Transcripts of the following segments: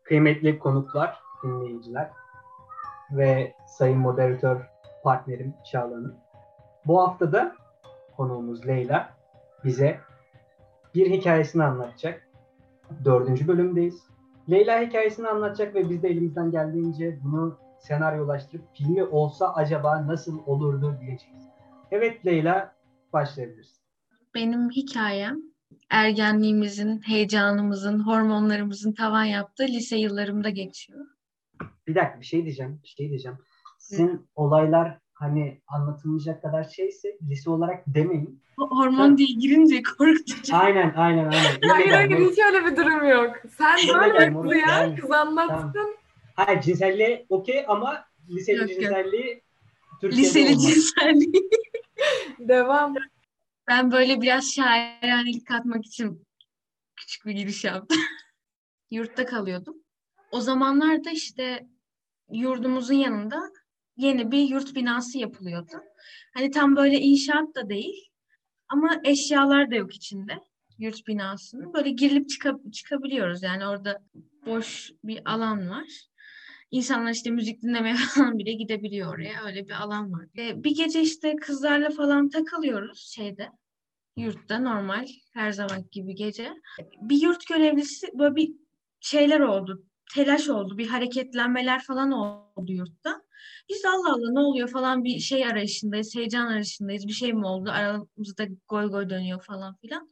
Kıymetli konuklar, dinleyiciler ve sayın moderatör partnerim Çağla Hanım. Bu hafta da konuğumuz Leyla bize bir hikayesini anlatacak. 4. bölümdeyiz. Leyla hikayesini anlatacak ve biz de elimizden geldiğince bunu senaryolaştırıp filmi olsa acaba nasıl olurdu diyeceğiz. Evet Leyla, başlayabiliriz. Benim hikayem ergenliğimizin, heyecanımızın, hormonlarımızın tavan yaptığı lise yıllarımda geçiyor. Bir dakika bir şey diyeceğim. Sizin olaylar hani anlatılmayacak kadar şeyse lise olarak demeyin. Hormon diye girince korkutucu. Aynen. Hayır hiç öyle bir durum yok. Sen böyle moruk, duyan yani. kız anlattın. Tamam. Hayır cinselliği okey ama liseli Yok. cinselliği Türkiye'de Liseli olmaz. cinselliği. Devam. Ben böyle biraz şairanelik katmak için küçük bir giriş yaptım. Yurtta kalıyordum. O zamanlarda işte yurdumuzun yanında yeni bir yurt binası yapılıyordu. Hani tam böyle inşaat da değil ama eşyalar da yok içinde yurt binasının. Böyle girilip çıkabiliyoruz yani orada boş bir alan var. İnsanlar işte müzik dinlemeye falan bile gidebiliyor oraya. Öyle bir alan var. Bir gece işte kızlarla falan takılıyoruz yurtta normal her zaman gibi gece. Bir yurt görevlisi böyle bir şeyler oldu. Telaş oldu. Bir hareketlenmeler falan oldu yurtta. Biz de Allah Allah ne oluyor falan bir şey arayışındayız. Heyecan arayışındayız. Bir şey mi oldu? Aramızda goy goy dönüyor falan filan.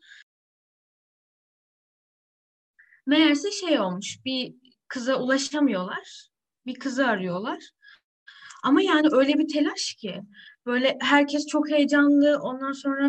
Meğerse şey olmuş. Bir kıza ulaşamıyorlar. Bir kızı arıyorlar. Ama yani öyle bir telaş ki. Böyle herkes çok heyecanlı. Ondan sonra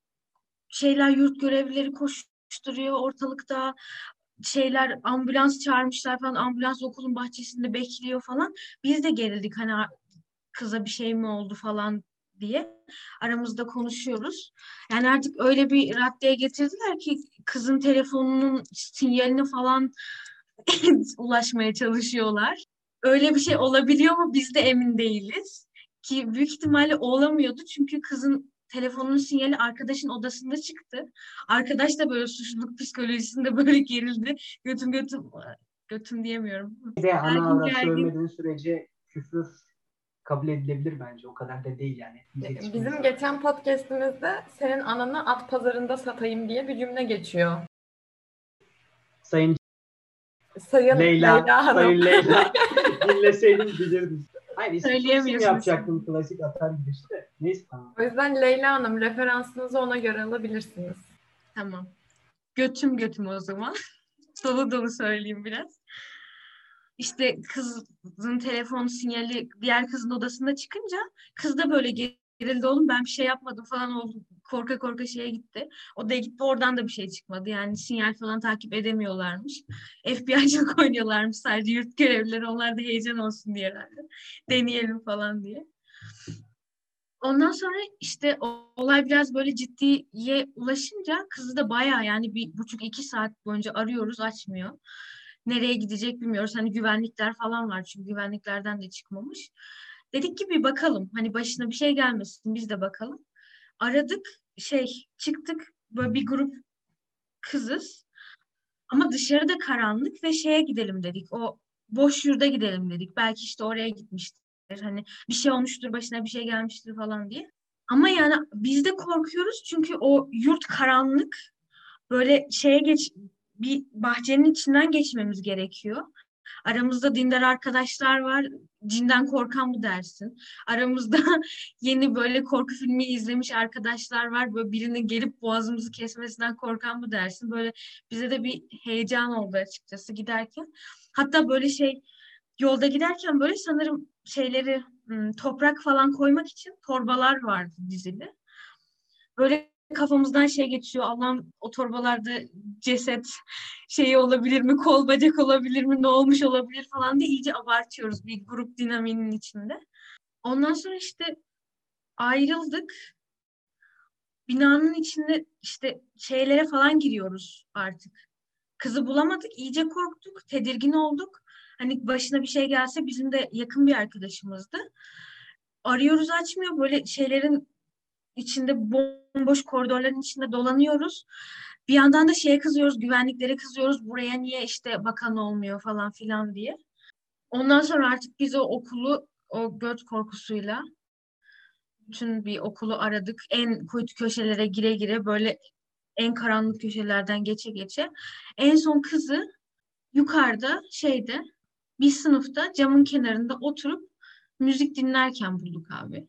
yurt görevlileri koşturuyor ortalıkta. Ambulans çağırmışlar falan. Ambulans okulun bahçesinde bekliyor falan. Biz de gerildik hani kıza bir şey mi oldu falan diye. Aramızda konuşuyoruz. Yani artık öyle bir raddeye getirdiler ki kızın telefonunun sinyalini falan ulaşmaya çalışıyorlar. Öyle bir şey olabiliyor mu biz de emin değiliz. Ki büyük ihtimalle olamıyordu çünkü kızın telefonunun sinyali arkadaşın odasında çıktı. Arkadaş da böyle suçluluk psikolojisinde böyle gerildi. Götüm diyemiyorum. Bir de ana Gergin avrat gergin. sövmediğin sürece küfür kabul edilebilir bence. O kadar da değil yani. Bizim geçen podcastimizde senin ananı at pazarında satayım diye bir cümle geçiyor. Sayın Leyla Hanım. Sayın Leyla dinleseydim bilirdim. Hayır isim Söyleyemiyorsunuz. yapacaktım klasik atar girişi de. Neyse tamam. O yüzden Leyla Hanım referansınızı ona göre alabilirsiniz. Tamam. Götüm o zaman. Dolu dolu söyleyeyim biraz. İşte kızın telefon sinyali diğer kızın odasında çıkınca kız da böyle gerildi oğlum ben bir şey yapmadım falan oldu. Korka korka şeye gitti. Odaya gitti oradan da bir şey çıkmadı. Yani sinyal falan takip edemiyorlarmış. FBI'cılık oynuyorlarmış sadece yurt görevlileri. Onlar da heyecan olsun diye herhalde. Deneyelim falan diye. Ondan sonra işte olay biraz böyle ciddiye ulaşınca kızı da bayağı yani 1,5-2 saat boyunca arıyoruz açmıyor. Nereye gidecek bilmiyoruz. Hani güvenlikler falan var çünkü güvenliklerden de çıkmamış. Dedik ki bir bakalım. Hani başına bir şey gelmesin biz de bakalım. Aradık çıktık böyle bir grup kızız. Ama dışarıda karanlık ve şeye gidelim dedik. O boş yurda gidelim dedik. Belki işte oraya gitmiştir. Hani bir şey olmuştur, başına bir şey gelmiştir falan diye. Ama yani biz de korkuyoruz çünkü o yurt karanlık. Böyle bir bahçenin içinden geçmemiz gerekiyor. Aramızda dindar arkadaşlar var. Cinden korkan mı dersin? Aramızda yeni böyle korku filmi izlemiş arkadaşlar var. Böyle birinin gelip boğazımızı kesmesinden korkan mı dersin? Böyle bize de bir heyecan oldu açıkçası giderken. Hatta böyle yolda giderken böyle sanırım toprak falan koymak için torbalar vardı dizili. Böyle kafamızdan geçiyor. Allah'ım o torbalarda ceset olabilir mi? Kol bacak olabilir mi? Ne olmuş olabilir falan diye iyice abartıyoruz bir grup dinamiğinin içinde. Ondan sonra işte ayrıldık. Binanın içinde işte şeylere falan giriyoruz artık. Kızı bulamadık. İyice korktuk. Tedirgin olduk. Hani başına bir şey gelse bizim de yakın bir arkadaşımızdı. Arıyoruz açmıyor. Böyle şeylerin içinde bomboş koridorların içinde dolanıyoruz. Bir yandan da şeye kızıyoruz, güvenliklere kızıyoruz. Buraya niye işte bakan olmuyor falan filan diye. Ondan sonra artık biz o okulu o göt korkusuyla bütün bir okulu aradık. En kuytu köşelere gire gire böyle en karanlık köşelerden geçe geçe. En son kızı yukarıda bir sınıfta camın kenarında oturup müzik dinlerken bulduk abi.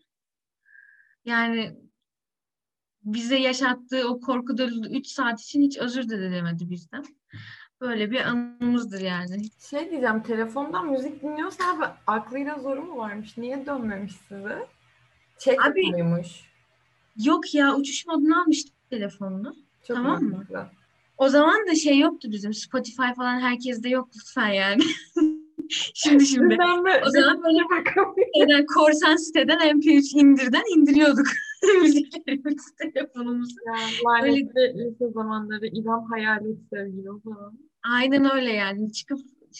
Yani bize yaşattığı o korku dolu 3 saat için hiç özür de dilemedi bizden. Böyle bir anımızdır yani. Şey diyeceğim, telefondan müzik dinliyorsa abi aklıyla zoru mu varmış? Niye dönmemiş size? Çekmiyor Abi muymuş? yok ya, uçuş moduna almıştı telefonunu. Çok Tamam mı? mantıklı. O zaman da şey yoktu bizim. Spotify falan herkeste yok lütfen yani. Şimdi. Bizden O bir zaman böyle bakamıyor. korsan siteden MP3 indiriyorduk müziklerimizi telefonumuza. Yani Öyle lanetli lise zamanları İrem hayalet sevgilim falan. aynen öyle yani. Çıkıp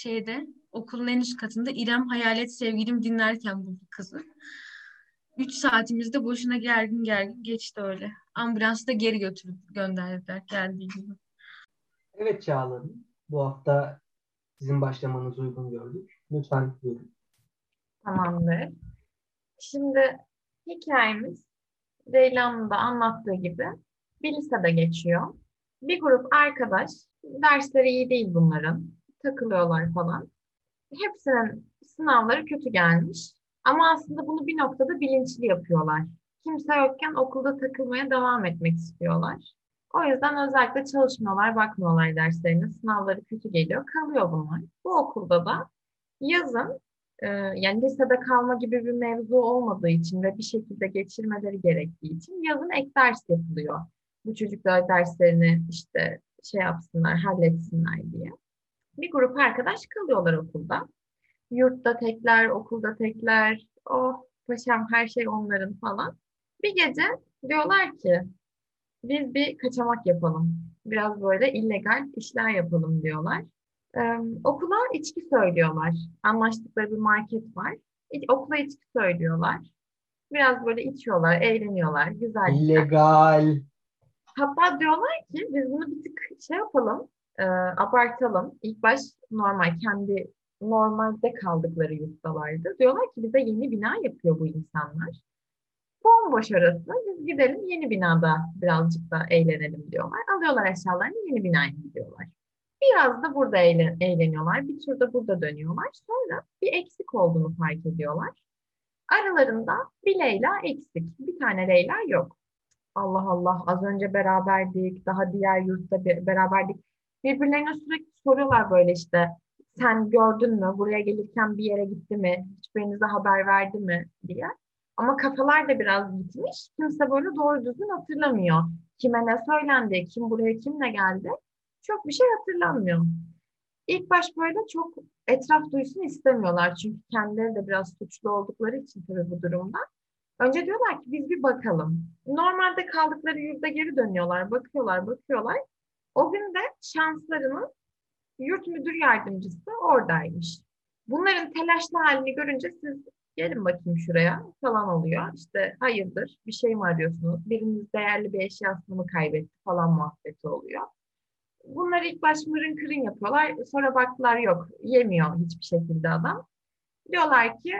okulun en üst katında İrem Hayalet Sevgilim dinlerken bulduk kızı. 3 saatimiz de boşuna gergin gergin geçti öyle. Ambulansı da geri götürüp gönderdiler geldiği gibi. Evet Çağla Hanım, bu hafta sizin başlamanızı uygun gördük. Lütfen buyurun. Tamamdır. Şimdi hikayemiz Leyla'nın da anlattığı gibi bir lisede geçiyor. Bir grup arkadaş, dersleri iyi değil bunların, takılıyorlar falan. Hepsinin sınavları kötü gelmiş. Ama aslında bunu bir noktada bilinçli yapıyorlar. Kimse yokken okulda takılmaya devam etmek istiyorlar. O yüzden özellikle çalışmıyorlar, bakmıyorlar derslerine. Sınavları kötü geliyor, kalıyor bunlar. Bu okulda da yazın, yani lisede kalma gibi bir mevzu olmadığı için ve bir şekilde geçirmeleri gerektiği için yazın ek ders yapılıyor. Bu çocuklar derslerini işte şey yapsınlar, halletsinler diye. Bir grup arkadaş kalıyorlar okulda. Yurtta tekler, okulda tekler. Oh paşam her şey onların falan. Bir gece diyorlar ki biz bir kaçamak yapalım. Biraz böyle illegal işler yapalım diyorlar. Okula içki söylüyorlar. Anlaştıkları bir market var. Okula içki söylüyorlar. Biraz böyle içiyorlar, eğleniyorlar. Güzel. İllegal. Hatta diyorlar ki biz bunu bir tık şey yapalım, abartalım. İlk baş kendi normalde kaldıkları yurttalardı. Diyorlar ki bize yeni bina yapıyor bu insanlar. Bomboş orası. Biz gidelim yeni binada birazcık da eğlenelim diyorlar. Alıyorlar eşyalarını yeni binaya gidiyorlar. Biraz da burada eğleniyorlar. Bir tur da burada dönüyorlar. Sonra bir eksik olduğunu fark ediyorlar. Aralarında bir Leyla eksik. Bir tane Leyla yok. Allah Allah az önce beraberdik, daha diğer yurtta beraberdik. Birbirlerine sürekli soruyorlar böyle işte. Sen gördün mü? Buraya gelirken bir yere gitti mi? Hiçbirinize haber verdi mi? diye. Ama kafalar da biraz gitmiş. Kimse böyle doğru düzgün hatırlamıyor. Kime ne söylendi, kim buraya kimle geldi? Çok bir şey hatırlamıyor. İlk baş böyle çok etraf duysun istemiyorlar. Çünkü kendileri de biraz suçlu oldukları için tabii bu durumda. Önce diyorlar ki biz bir bakalım. Normalde kaldıkları yurda geri dönüyorlar. Bakıyorlar. O gün de şanslarının yurt müdür yardımcısı oradaymış. Bunların telaşlı halini görünce siz gelin bakayım şuraya falan oluyor. İşte hayırdır bir şey mi arıyorsunuz? Biriniz değerli bir eşyasını mı kaybetti falan muhabbeti oluyor. Bunları ilk baş mırın kırın yapıyorlar. Sonra baktılar yok yemiyor hiçbir şekilde adam. Diyorlar ki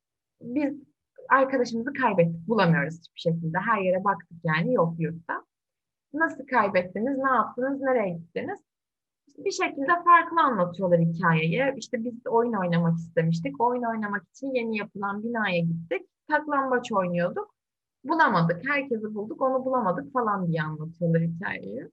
biz arkadaşımızı kaybettik. Bulamıyoruz hiçbir şekilde. Her yere baktık yani yok yurtta. Nasıl kaybettiniz? Ne yaptınız? Nereye gittiniz? İşte bir şekilde farklı anlatıyorlar hikayeyi. İşte biz oyun oynamak istemiştik. Oyun oynamak için yeni yapılan binaya gittik. Saklambaç oynuyorduk. Bulamadık. Herkesi bulduk. Onu bulamadık falan diye anlatıyorlar hikayeyi.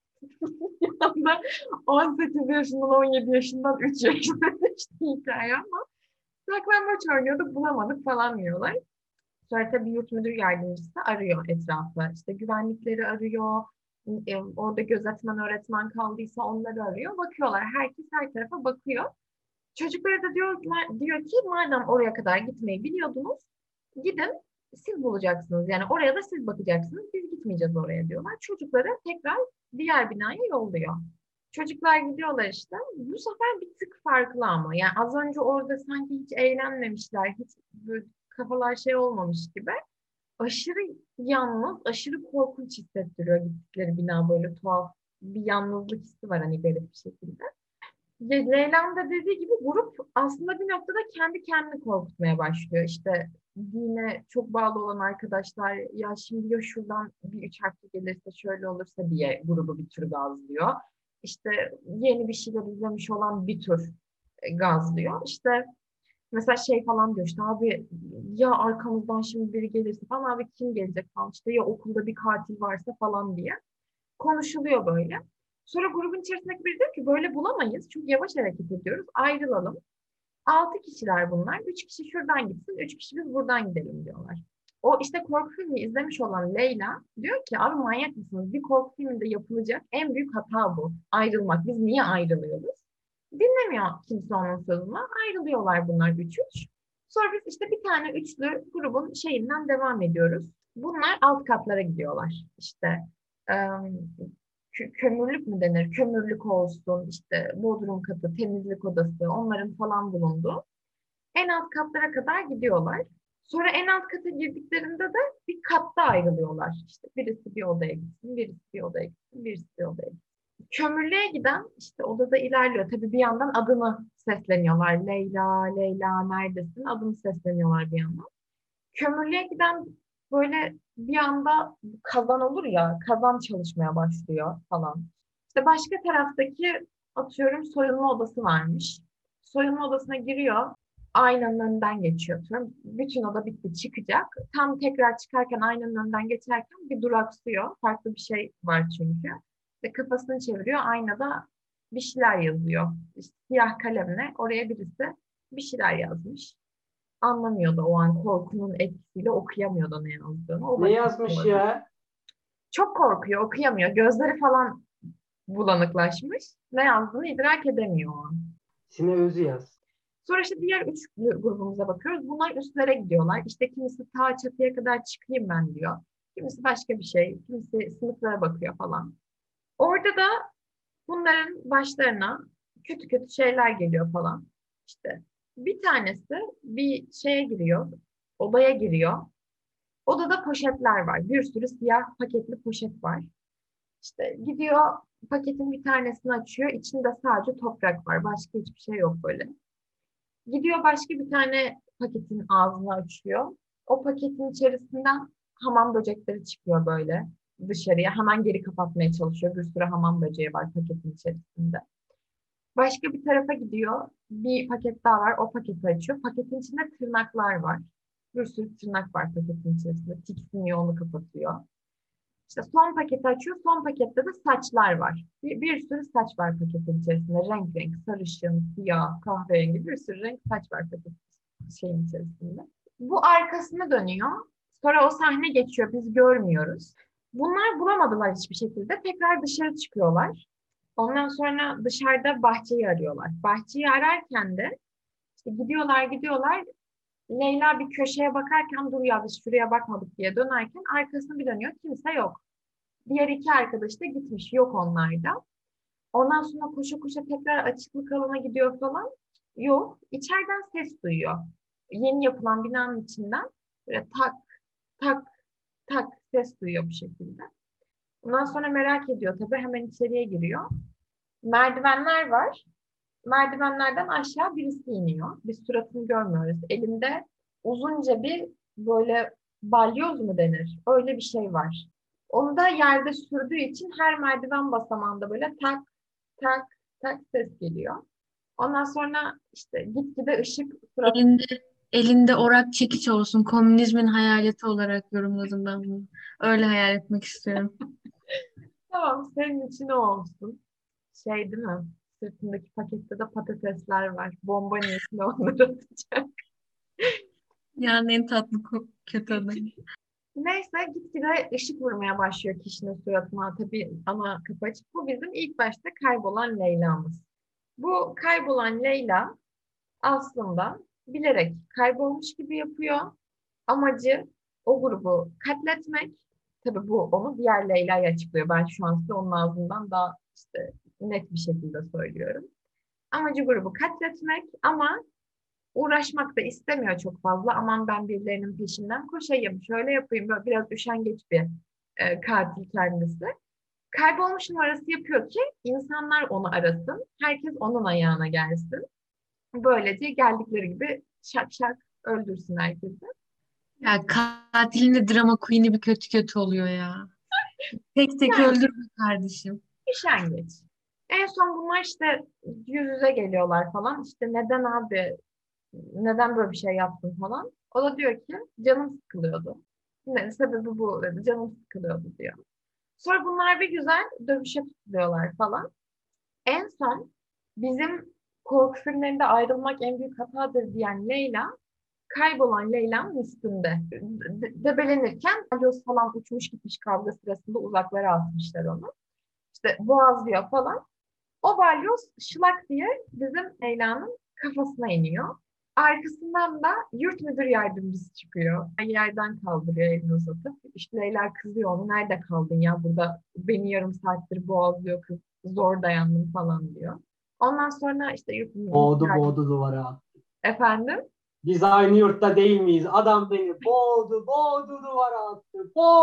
Bir anda 18 yaşından 17 yaşından 3 yaşına işte hikaye ama saklambaç oynuyorduk bulamadık falan diyorlar. Sonra tabii yurt müdür yardımcısı arıyor etrafı. İşte güvenlikleri arıyor. Orada gözetmen öğretmen kaldıysa onları arıyor. Bakıyorlar. Herkes her tarafa bakıyor. Çocuklara da diyor ki madem oraya kadar gitmeyi biliyordunuz gidin siz bulacaksınız. Yani oraya da siz bakacaksınız. Biz gitmeyeceğiz oraya diyorlar. Çocukları tekrar diğer binaya yolluyor. Çocuklar gidiyorlar işte. Bu sefer bir tık farklı ama. Yani az önce orada sanki hiç eğlenmemişler. Hiç böyle kafalar şey olmamış gibi. Aşırı yalnız, aşırı korkunç hissettiriyor gittikleri bina böyle tuhaf. bir yalnızlık hissi var hani garip bir şekilde. Leyla'nın da dediği gibi grup aslında bir noktada kendi kendini korkutmaya başlıyor. İşte dine çok bağlı olan arkadaşlar ya şimdi ya şuradan bir üç harfli gelirse şöyle olursa diye grubu bir tür gazlıyor. İşte yeni bir şeyler izlemiş olan bir tür gazlıyor. İşte mesela şey falan diyor işte abi ya arkamızdan şimdi biri gelirse falan abi kim gelecek falan işte ya okulda bir katil varsa falan diye konuşuluyor böyle. Sonra grubun içerisindeki biri diyor ki böyle bulamayız. Çünkü yavaş hareket ediyoruz. Ayrılalım. 6 kişiler bunlar. 3 kişi şuradan gitsin. 3 kişi biz buradan gidelim diyorlar. O işte korku filmi izlemiş olan Leyla diyor ki abi manyak mısınız? Bir korku filminde yapılacak en büyük hata bu. Ayrılmak. Biz niye ayrılıyoruz? Dinlemiyor kimse onun sözünü. Ayrılıyorlar bunlar 3-3. Sonra biz işte bir tane üçlü grubun şeyinden devam ediyoruz. Bunlar alt katlara gidiyorlar. İşte kömürlük mü denir? Kömürlük olsun, işte bodrum katı, temizlik odası, onların falan bulunduğu en alt katlara kadar gidiyorlar. Sonra en alt kata girdiklerinde de bir katta ayrılıyorlar. İşte birisi bir odaya gitsin, birisi bir odaya gitsin, birisi bir odaya gitsin. Kömürlüğe giden işte odada ilerliyor. Tabii bir yandan adını sesleniyorlar. Leyla, Leyla neredesin? Adını sesleniyorlar bir yandan. Kömürlüğe giden böyle bir anda kazan olur ya, kazan çalışmaya başlıyor falan. İşte başka taraftaki atıyorum soyunma odası varmış. Soyunma odasına giriyor, aynanın önünden geçiyor. Atıyorum. Bütün oda bitti çıkacak. Tam tekrar çıkarken aynanın önünden geçerken bir duraksıyor. Farklı bir şey var çünkü. İşte kafasını çeviriyor, aynada bir şeyler yazıyor. İşte siyah kalemle oraya birisi bir şeyler yazmış. Anlamıyordu o an korkunun etkisiyle okuyamıyordu ne yazdığını. O Ne da yazmış ya? çok korkuyor, okuyamıyor. Gözleri falan bulanıklaşmış. Ne yazdığını idrak edemiyor o an. Sine Özü yaz. Sonra işte diğer üç grubumuza bakıyoruz. Bunlar üstlere gidiyorlar. İşte kimisi ta çatıya kadar çıkayım ben diyor. Kimisi başka bir şey. Kimisi sınıflara bakıyor falan. Orada da bunların başlarına kötü kötü şeyler geliyor falan. İşte bir tanesi bir şeye giriyor, odaya giriyor. Odada poşetler var. Bir sürü siyah paketli poşet var. İşte gidiyor paketin bir tanesini açıyor. İçinde sadece toprak var. Başka hiçbir şey yok böyle. Gidiyor başka bir tane paketin ağzını açıyor. O paketin içerisinden hamam böcekleri çıkıyor böyle dışarıya. Hemen geri kapatmaya çalışıyor. Bir sürü hamam böceği var paketin içerisinde. Başka bir tarafa gidiyor. Bir paket daha var. O paketi açıyor. Paketin içinde tırnaklar var. Bir sürü tırnak var paketin içerisinde. Tiksiniyor, onu kapatıyor. İşte son paketi açıyor. Son pakette de saçlar var. Bir sürü saç var paketin içerisinde. Renk renk, sarışın, siyah, kahverengi bir sürü renk saç var paketin şeyin içerisinde. Bu arkasını dönüyor. Sonra o sahne geçiyor. Biz görmüyoruz. Bunlar bulamadılar hiçbir şekilde. Tekrar dışarı çıkıyorlar. Ondan sonra dışarıda bahçeyi arıyorlar. Bahçeyi ararken de işte gidiyorlar. Leyla bir köşeye bakarken dur ya biz şuraya bakmadık diye dönerken arkasını bir dönüyor. Kimse yok. Diğer iki arkadaş da gitmiş. Yok onlar da. Ondan sonra koşa koşa tekrar açıklık alana gidiyor falan. Yok. İçeriden ses duyuyor. Yeni yapılan binanın içinden böyle tak tak tak ses duyuyor bu şekilde. Ondan sonra merak ediyor tabii. Hemen içeriye giriyor. Merdivenler var. Merdivenlerden aşağı birisi iniyor. Biz suratını görmüyoruz. Elinde uzunca bir böyle balyoz mu denir? Öyle bir şey var. Onu da yerde sürdüğü için her merdiven basamağında böyle tak tak tak ses geliyor. Ondan sonra işte gitgide ışık surat... Elinde orak çekiç olsun. Komünizmin hayaleti olarak yorumladım ben bunu. Öyle hayal etmek istiyorum. Tamam senin için o olsun. Şey değil mi? Sırtındaki pakette de patatesler var. Bomba niyetine onları atacak. Yani en tatlı kötü adam. Neyse gitgide ışık vurmaya başlıyor kişinin suratına. Tabii ana kapı açık. Bu bizim ilk başta kaybolan Leyla'mız. Bu kaybolan Leyla aslında bilerek kaybolmuş gibi yapıyor. Amacı o grubu katletmek. Tabii bu onu diğer Leyla'ya açıklıyor. Ben şu an size onun ağzından daha işte net bir şekilde söylüyorum. Amacı grubu katletmek ama uğraşmak da istemiyor çok fazla. Aman ben birilerinin peşinden koşayım, şöyle yapayım. Böyle biraz üşengeç bir katil kendisi. Kaybolmuş numarası yapıyor ki insanlar onu arasın. Herkes onun ayağına gelsin. Böylece geldikleri gibi şak şak öldürsün herkesi. Ya katilin de drama queen'i bir kötü kötü oluyor ya. Tek tek Yani öldürme kardeşim. üşengeç. En son bunlar işte yüz yüze geliyorlar falan. İşte neden abi, neden böyle bir şey yaptın falan. O da diyor ki canım sıkılıyordu. Ne, sebebi bu dedi. Canım sıkılıyordu diyor. Sonra bunlar bir güzel dövüşe tutuluyorlar falan. En son bizim korku filmlerinde ayrılmak en büyük hatadır diyen Leyla kaybolan Leyla'nın üstünde. Debelenirken balyoz falan uçmuş gitmiş kavga sırasında uzaklara atmışlar onu. İşte boğazlıyor falan. O balyoz şılak diye bizim Leyla'nın kafasına iniyor. Arkasından da yurt müdür yardımcısı çıkıyor. Yerden kaldırıyor elini uzatıp. İşte Leyla kızıyor onu. Nerede kaldın ya? Burada beni yarım saattir boğazlıyor kız. Zor dayandım falan diyor. Ondan sonra işte yurt müdür Boğdu duvara. efendim. Biz aynı yurtta değil miyiz? Adam beni boğdu duvara attı.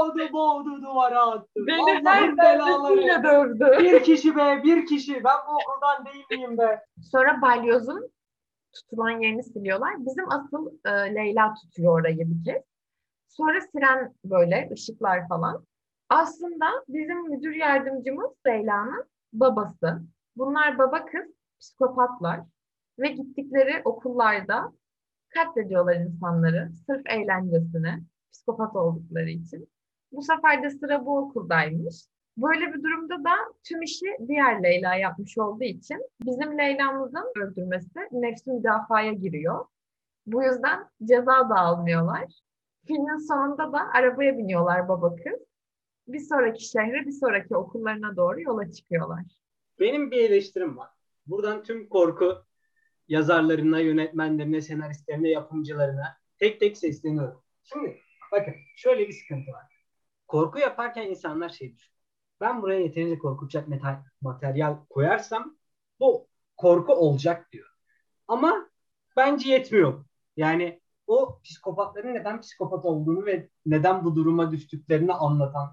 Boğdu duvara attı. Beni Allah'ın her darbesiyle belaları. dövdü. Bir kişi be, bir kişi. Ben bu okuldan değil miyim be? Sonra balyozun tutulan yerini siliyorlar. Bizim asıl Leyla tutuyor orayı bir kez. Sonra siren böyle ışıklar falan. Aslında bizim müdür yardımcımız Leyla'nın babası. Bunlar baba kız psikopatlar ve gittikleri okullarda katlediyorlar insanları sırf eğlencesine, psikopat oldukları için. Bu sefer de sıra bu okuldaymış. Böyle bir durumda da tüm işi diğer Leyla yapmış olduğu için bizim Leyla'mızın öldürmesi nefsi müdafaya giriyor. Bu yüzden ceza da almıyorlar. Filmin sonunda da arabaya biniyorlar baba kız. Bir sonraki şehre, bir sonraki okullarına doğru yola çıkıyorlar. Benim bir eleştirim var. Buradan tüm korku yazarlarına, yönetmenlerine, senaristlerine, yapımcılarına tek tek sesleniyorum. Şimdi bakın şöyle bir sıkıntı var. Korku yaparken insanlar şey düşünüyor. Ben buraya yeterince korkutacak materyal koyarsam bu korku olacak diyor. Ama bence yetmiyor. Yani o psikopatların neden psikopat olduğunu ve neden bu duruma düştüklerini anlatan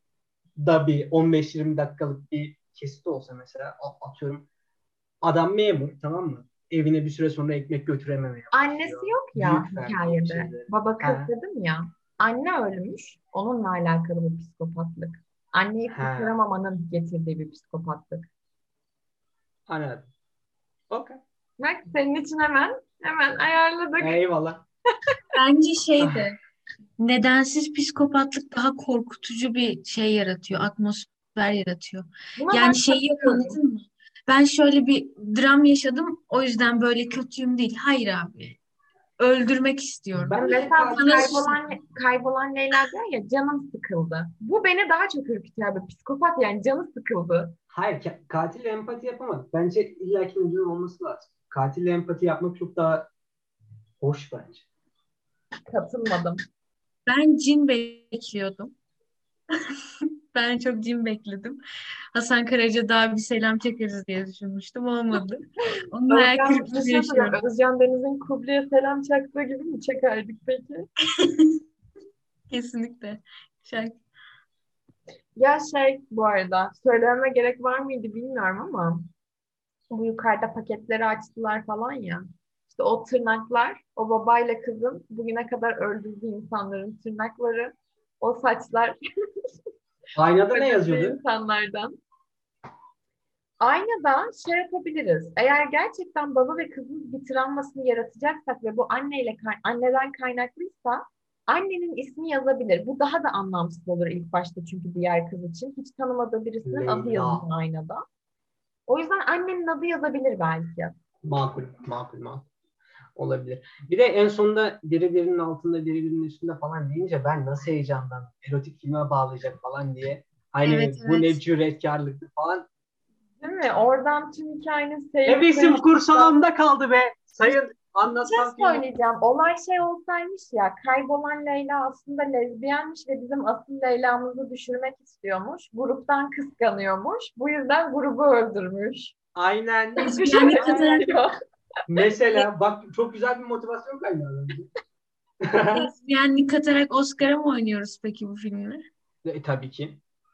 da bir 15-20 dakikalık bir kesit olsa mesela atıyorum adam memur, tamam mı? Evine bir süre sonra ekmek götürememeye Annesi başlıyor. yok ya Büyük verdiği hikayede. şeyleri. Baba kız Ha, dedim ya. Anne ölmüş. Onunla alakalı bir psikopatlık. Anneyi ha, kurtaramamanın getirdiği bir psikopatlık. anladım. Okay. Bak senin için hemen ayarladık. Eyvallah. Bence Ah, nedensiz psikopatlık daha korkutucu bir şey yaratıyor, atmosfer yaratıyor. Buna ben Yani şeyi yok, katılıyorum. anladın mı? Ben şöyle bir dram yaşadım, o yüzden böyle kötüyüm değil. Hayır abi, öldürmek istiyorum. bence Mesela bu katil Bana susun. kaybolan Leyla diyor ya canım sıkıldı. Bu beni daha çok ürkütüyor abi. Psikopat yani canı sıkıldı. hayır, katille empati yapamaz. Bence illaki bir durum olması lazım. Katille empati yapmak çok daha hoş bence. Katılmadım. Ben cin bekliyordum. Ben çok cin bekledim. Hasan Karaca daha bir selam çekeriz diye düşünmüştüm. Olmadı. Onun hayal Özcan, bir kırıklığı şey soruyorum. yaşıyorum. Özcan Deniz'in Kubri'ye selam çaktığı gibi mi çekerdik peki? Kesinlikle. Şarkı. Ya şey bu arada söylememe gerek var mıydı bilmiyorum ama bu yukarıda paketleri açtılar falan ya. İşte o tırnaklar, o babayla kızın bugüne kadar öldürdüğü insanların tırnakları, o saçlar Aynada ne öldürdüğü yazıyordu? insanlardan. Aynada şey yapabiliriz. Eğer gerçekten baba ve kızın bir travmasını yaratacaksak ve bu anneden kaynaklıysa annenin ismi yazabilir. Bu daha da anlamsız olur ilk başta çünkü diğer kız için. Hiç tanımadığı birisinin adı yazıyor Leyla. aynada. O yüzden annenin adı yazabilir belki. Makul. Olabilir. Bir de en sonunda biri birinin altında, biri birinin üstünde falan deyince ben nasıl heyecanlandım. Erotik filme bağlayacak falan diye. Evet, Hani bu ne evet. cüretkarlıktı falan. Değil mi? Oradan tüm hikayenin Hevesim seyri. kursağımda kaldı be. Sayın Bir şey anlatsam filmi. söyleyeceğim. Olay şey olsaymış ya, kaybolan Leyla aslında lezbiyenmiş ve bizim asıl Leyla'mızı düşürmek istiyormuş. Gruptan kıskanıyormuş. Bu yüzden grubu öldürmüş. Aynen. Lezbiyenlik katarak, Diyor. Mesela bak çok güzel bir motivasyon kaynağı bence. lezbiyenlik katarak Oscar'a mı oynuyoruz peki bu filmle? Tabii ki.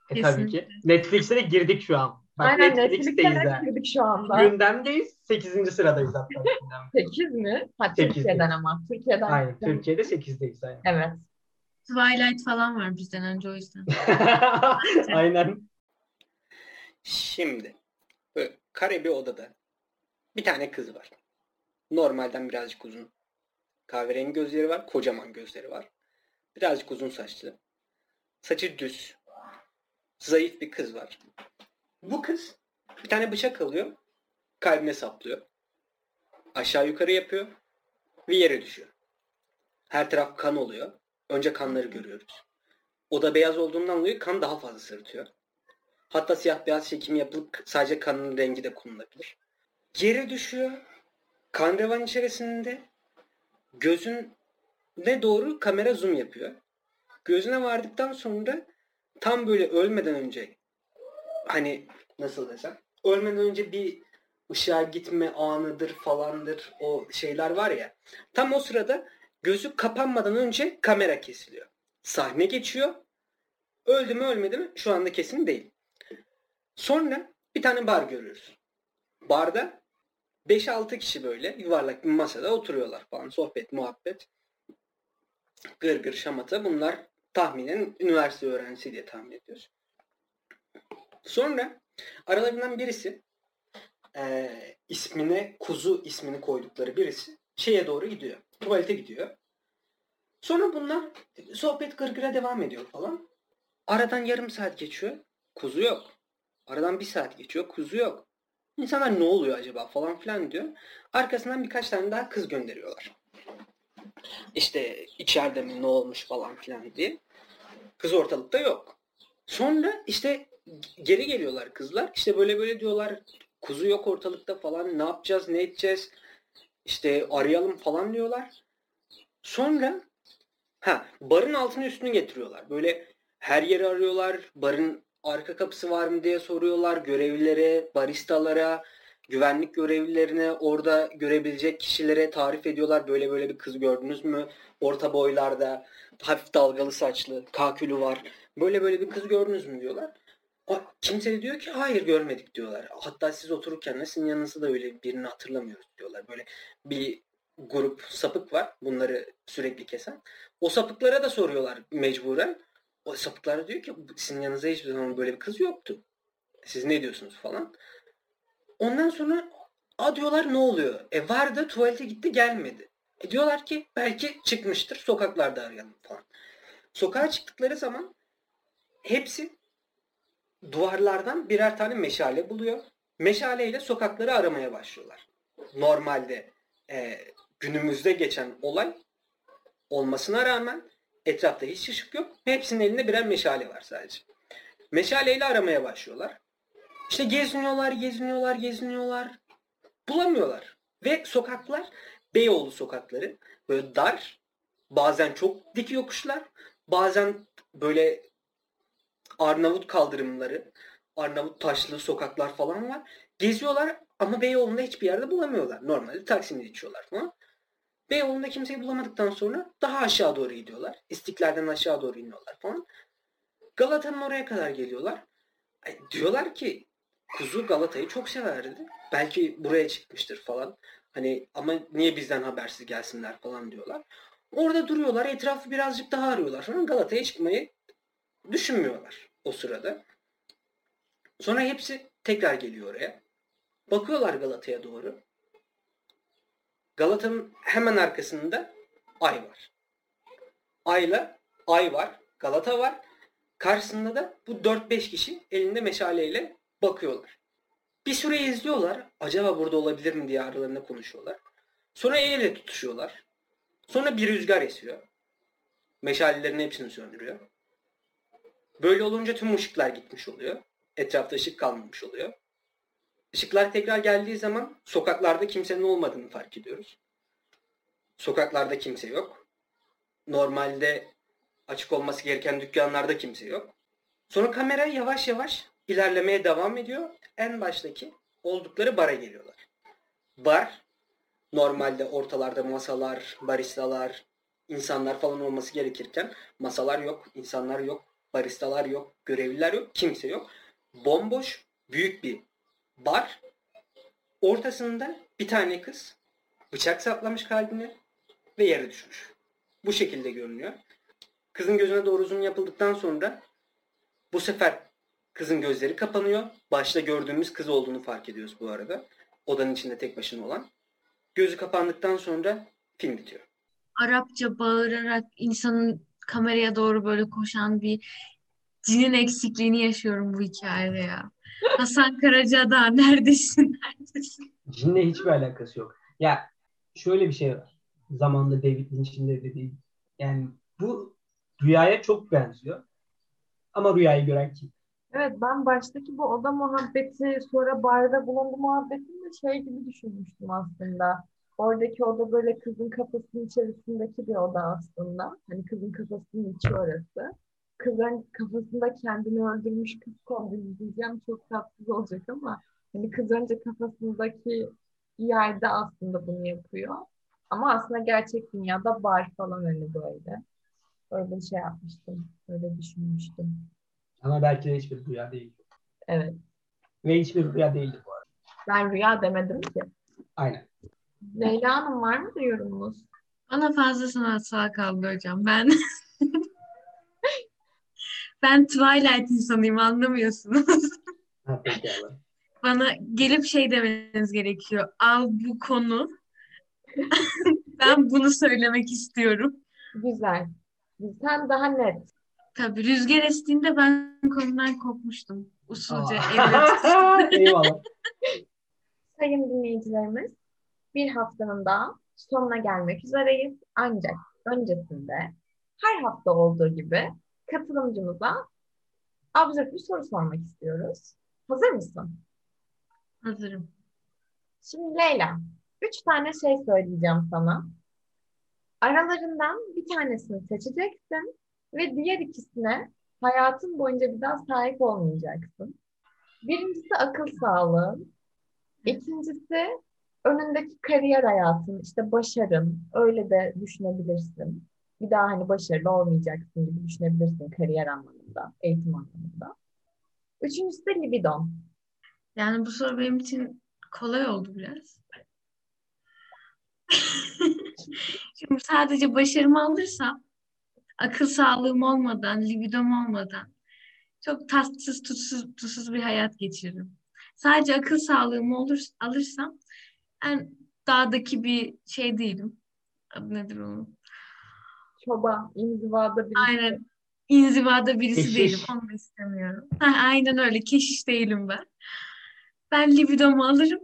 Tabii Kesinlikle. ki. Netflix'e de girdik şu an. Bak Aynen Netflix'teyiz Netflix'e ha. girdik şu anda. Gündemdeyiz. 8. sıradayız hatta. gündemde. 8 mi? Ha 8'deyiz. Türkiye'den ama. Türkiye'den. Aynen. Türkiye'de 8'deyiz. Aynen. Evet. Twilight falan var bizden önce o yüzden. Aynen. Şimdi böyle kare bir odada bir tane kız var. Normalden birazcık uzun. Kahverengi gözleri var. Kocaman gözleri var. Birazcık uzun saçlı. Saçı düz. Zayıf bir kız var. Bu kız bir tane bıçak alıyor. Kalbine saplıyor. Aşağı yukarı yapıyor. Ve yere düşüyor. Her taraf kan oluyor. Önce kanları görüyoruz. Oda beyaz olduğundan dolayı kan daha fazla sırıtıyor. Hatta siyah beyaz çekimi yapılıp sadece kanın rengi de kullanılabilir. Yere düşüyor. Kan revan içerisinde gözüne doğru kamera zoom yapıyor. Gözüne vardıktan sonra tam böyle ölmeden önce hani nasıl desem ölmeden önce bir ışığa gitme anıdır falandır o şeyler var ya. Tam o sırada gözü kapanmadan önce kamera kesiliyor. Sahne geçiyor. Öldü mü ölmedi mi şu anda kesin değil. Sonra bir tane bar görüyoruz. Barda 5-6 kişi böyle yuvarlak bir masada oturuyorlar falan. Sohbet, muhabbet. Gırgır, şamata. Bunlar tahminen üniversite öğrencisi diye tahmin ediyoruz. Sonra aralarından birisi ismine Kuzu ismini koydukları birisi şeye doğru gidiyor. Tuvalete gidiyor. Sonra bunlar sohbet gırgıra devam ediyor falan. Aradan yarım saat geçiyor. Kuzu yok. Aradan bir saat geçiyor. Kuzu yok. İnsanlar ne oluyor acaba falan filan diyor. Arkasından birkaç tane daha kız gönderiyorlar. İşte içeride mi ne olmuş falan filan diye. Kız ortalıkta yok. Sonra işte geri geliyorlar kızlar. İşte böyle böyle diyorlar. Kuzu yok ortalıkta falan. Ne yapacağız, ne edeceğiz? İşte arayalım falan diyorlar. Sonra barın altını üstünü getiriyorlar. Böyle her yeri arıyorlar. Barın arka kapısı var mı diye soruyorlar. Görevlilere, baristalara, güvenlik görevlilerine, orada görebilecek kişilere tarif ediyorlar. Böyle böyle bir kız gördünüz mü? Orta boylarda, hafif dalgalı saçlı, kakülü var. Böyle böyle bir kız gördünüz mü diyorlar. Kimse de diyor ki hayır görmedik diyorlar. Hatta siz otururken de sizin yanınızda da öyle birini hatırlamıyoruz diyorlar. Böyle bir grup sapık var bunları sürekli kesen. O sapıklara da soruyorlar mecburen. O sapıklar da diyor ki sizin yanınızda hiçbir zaman böyle bir kız yoktu. Siz ne diyorsunuz falan. Ondan sonra diyorlar ne oluyor? Vardı tuvalete gitti gelmedi. Diyorlar ki belki çıkmıştır sokaklarda arayalım falan. Sokağa çıktıkları zaman hepsi duvarlardan birer tane meşale buluyor. Meşaleyle sokakları aramaya başlıyorlar. Normalde günümüzde geçen olay olmasına rağmen etrafta hiç ışık yok. Hepsinin elinde birer meşale var sadece. Meşaleyle aramaya başlıyorlar. İşte geziniyorlar. Bulamıyorlar. Ve sokaklar Beyoğlu sokakları. Böyle dar. Bazen çok dik yokuşlar. Bazen böyle Arnavut kaldırımları, Arnavut taşlı sokaklar falan var. Geziyorlar ama Beyoğlu'nda hiçbir yerde bulamıyorlar. Normalde Taksim'de içiyorlar falan. Beyoğlu'nda kimseyi bulamadıktan sonra daha aşağı doğru gidiyorlar. İstiklal'den aşağı doğru iniyorlar falan. Galata'nın oraya kadar geliyorlar. Diyorlar ki Kuzu Galata'yı çok severdi. Belki buraya çıkmıştır falan. Hani ama niye bizden habersiz gelsinler falan diyorlar. Orada duruyorlar. Etrafı birazcık daha arıyorlar falan. Galata'ya çıkmayı düşünmüyorlar o sırada. Sonra hepsi tekrar geliyor oraya. Bakıyorlar Galata'ya doğru. Galata'nın hemen arkasında ay var. Ay var. Galata var. Karşısında da bu 4-5 kişi elinde meşaleyle bakıyorlar. Bir süre izliyorlar. Acaba burada olabilir mi diye aralarında konuşuyorlar. Sonra el ele tutuşuyorlar. Sonra bir rüzgar esiyor. Meşalelerin hepsini söndürüyor. Böyle olunca tüm ışıklar gitmiş oluyor. Etrafta ışık kalmamış oluyor. Işıklar tekrar geldiği zaman sokaklarda kimsenin olmadığını fark ediyoruz. Sokaklarda kimse yok. Normalde açık olması gereken dükkanlarda kimse yok. Sonra kamera yavaş yavaş ilerlemeye devam ediyor. En baştaki oldukları bara geliyorlar. Bar normalde ortalarda masalar, baristalar, insanlar falan olması gerekirken masalar yok, insanlar yok, Baristalar yok, görevliler yok, kimse yok. Bomboş, büyük bir bar. Ortasında bir tane kız bıçak saplamış kalbine ve yere düşmüş. Bu şekilde görünüyor. Kızın gözüne doğru zoom yapıldıktan sonra bu sefer kızın gözleri kapanıyor. Başta gördüğümüz kız olduğunu fark ediyoruz bu arada. Odanın içinde tek başına olan. Gözü kapandıktan sonra film bitiyor. Arapça bağırarak insanın kameraya doğru böyle koşan bir cinin eksikliğini yaşıyorum bu hikayede ya. Hasan Karacadağ neredesin? Neredesin? Cinle hiçbir alakası yok. Ya şöyle bir şey var. Zamanında David Lynch'in de dediği. Yani bu rüyaya çok benziyor. Ama rüyayı gören kim? Evet, ben baştaki bu oda muhabbeti, sonra barda bulundu muhabbetini de şey gibi düşünmüştüm aslında. Oradaki oda böyle kızın kafasının içerisindeki bir oda aslında. Hani kızın kafasının içi orası. Kızın kafasında kendini öldürmüş kız kombini diyeceğim, çok tatsız olacak ama hani kız önce kafasındaki yerde aslında bunu yapıyor. Ama aslında gerçek dünyada bar falan hani böyle. Öyle bir şey yapmıştım. Öyle düşünmüştüm. Ama belki de hiçbir rüya değil. Evet. Ve hiçbir rüya değildi bu arada. Ben rüya demedim ki. Aynen. Leyla Hanım, var mı yorumunuz? Bana fazla sanatsal kaldı hocam. Ben Twilight insanıyım, anlamıyorsunuz. Ha, pekala. Bana gelip şey demeniz gerekiyor. Al bu konu. Ben bunu söylemek istiyorum. Güzel. Sen daha net. Tabii rüzgar estiğinde ben konudan kopmuştum. Usulca Aa. elle Eyvallah. Sayın dinleyicilerimiz, bir haftanın daha sonuna gelmek üzereyiz. Ancak öncesinde her hafta olduğu gibi katılımcımıza absürt bir soru sormak istiyoruz. Hazır mısın? hazırım. Şimdi Leyla, 3 tane şey söyleyeceğim sana. Aralarından bir tanesini seçeceksin ve diğer ikisine hayatın boyunca bir daha sahip olmayacaksın. Birincisi akıl sağlığın, ikincisi önündeki kariyer hayatın, işte başarın, öyle de düşünebilirsin. Bir daha hani başarılı olmayacaksın gibi düşünebilirsin kariyer anlamında, eğitim anlamında. Üçüncüsü de libidon. Yani bu soru benim için kolay oldu biraz. Şimdi sadece başarımı alırsam, akıl sağlığım olmadan, libidom olmadan çok tatsız, tutsuz bir hayat geçiririm. Sadece akıl sağlığımı alırsam, ben dağdaki bir şey değilim. Adı nedir onun? Çoban, inzivada birisi. Aynen. İnzivada birisi Keşiş. değilim. Onu da istemiyorum. Ha, aynen öyle. Keşiş değilim ben. Ben libidomu alırım.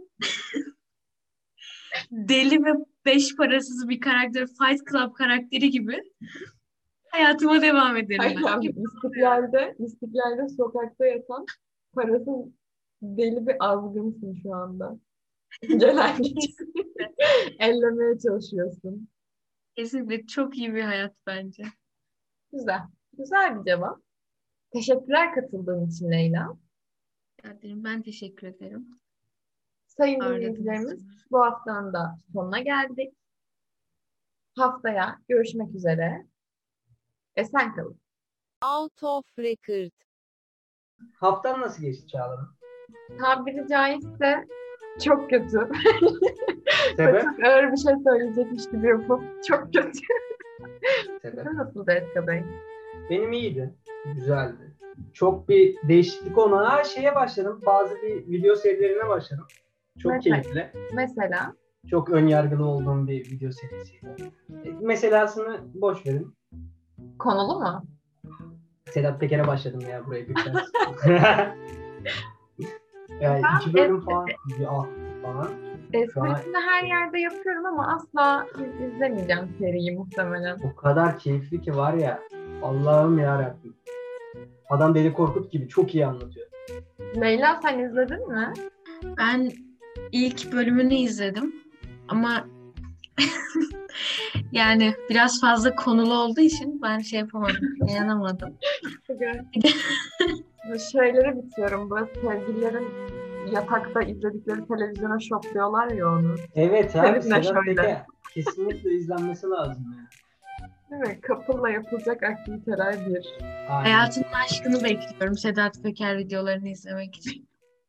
Deli ve beş parasız bir karakter, Fight Club karakteri gibi hayatıma devam ederim ben. Hayır, İstiklal'de sokakta yatan parasız deli bir azgınsın şu anda. Gelen geçen ellemeye çalışıyorsun. Kesinlikle çok iyi bir hayat bence. Güzel. Güzel bir cevap. Teşekkürler katıldığın için Leyla. Ben teşekkür ederim. Sayın Ağırladınız. dinleyicilerimiz, bu haftanın da sonuna geldik. Haftaya görüşmek üzere. Esen kalın. Out of record. Haftan nasıl geçti Çağla? Tabiri caizse çok kötü. Sebep? Çok ağır bir şey söyleyecekmiş gibi yapıp çok kötü. Sebep. Nasıldı Etka Bey? Benim iyiydi. Güzeldi. Çok bir değişiklik olmadan her şeye başladım. Bazı bir video serilerine başladım. Çok Mesela? keyifli. Mesela Çok ön yargılı olduğum bir video serisiydi. Meselasını boş verin. konulu mu? Sedat Peker'e başladım ya burayı bir kez. Yani Ben 2 bölüm falan. Falan. Esprisini her yerde yapıyorum ama asla izlemeyeceğim seriyi muhtemelen. O kadar keyifli ki var ya. Allah'ım yarabbim. Adam Deli Korkut gibi çok iyi anlatıyor. Leyla, sen izledin mi? Ben ilk bölümünü izledim ama yani biraz fazla konulu olduğu için ben şey yapamadım, dayanamadım. Bu şeyleri bitiyorum. Böyle sevgililerin yatakta izledikleri televizyona şokluyorlar ya onu. Evet abi Seninle Sedat şöyle. Peker kesinlikle izlenmesi lazım ya. Değil mi? Couple'la yapılacak aktiviteler bir. Aynen. Hayatımın aşkını bekliyorum Sedat Peker videolarını izlemek için.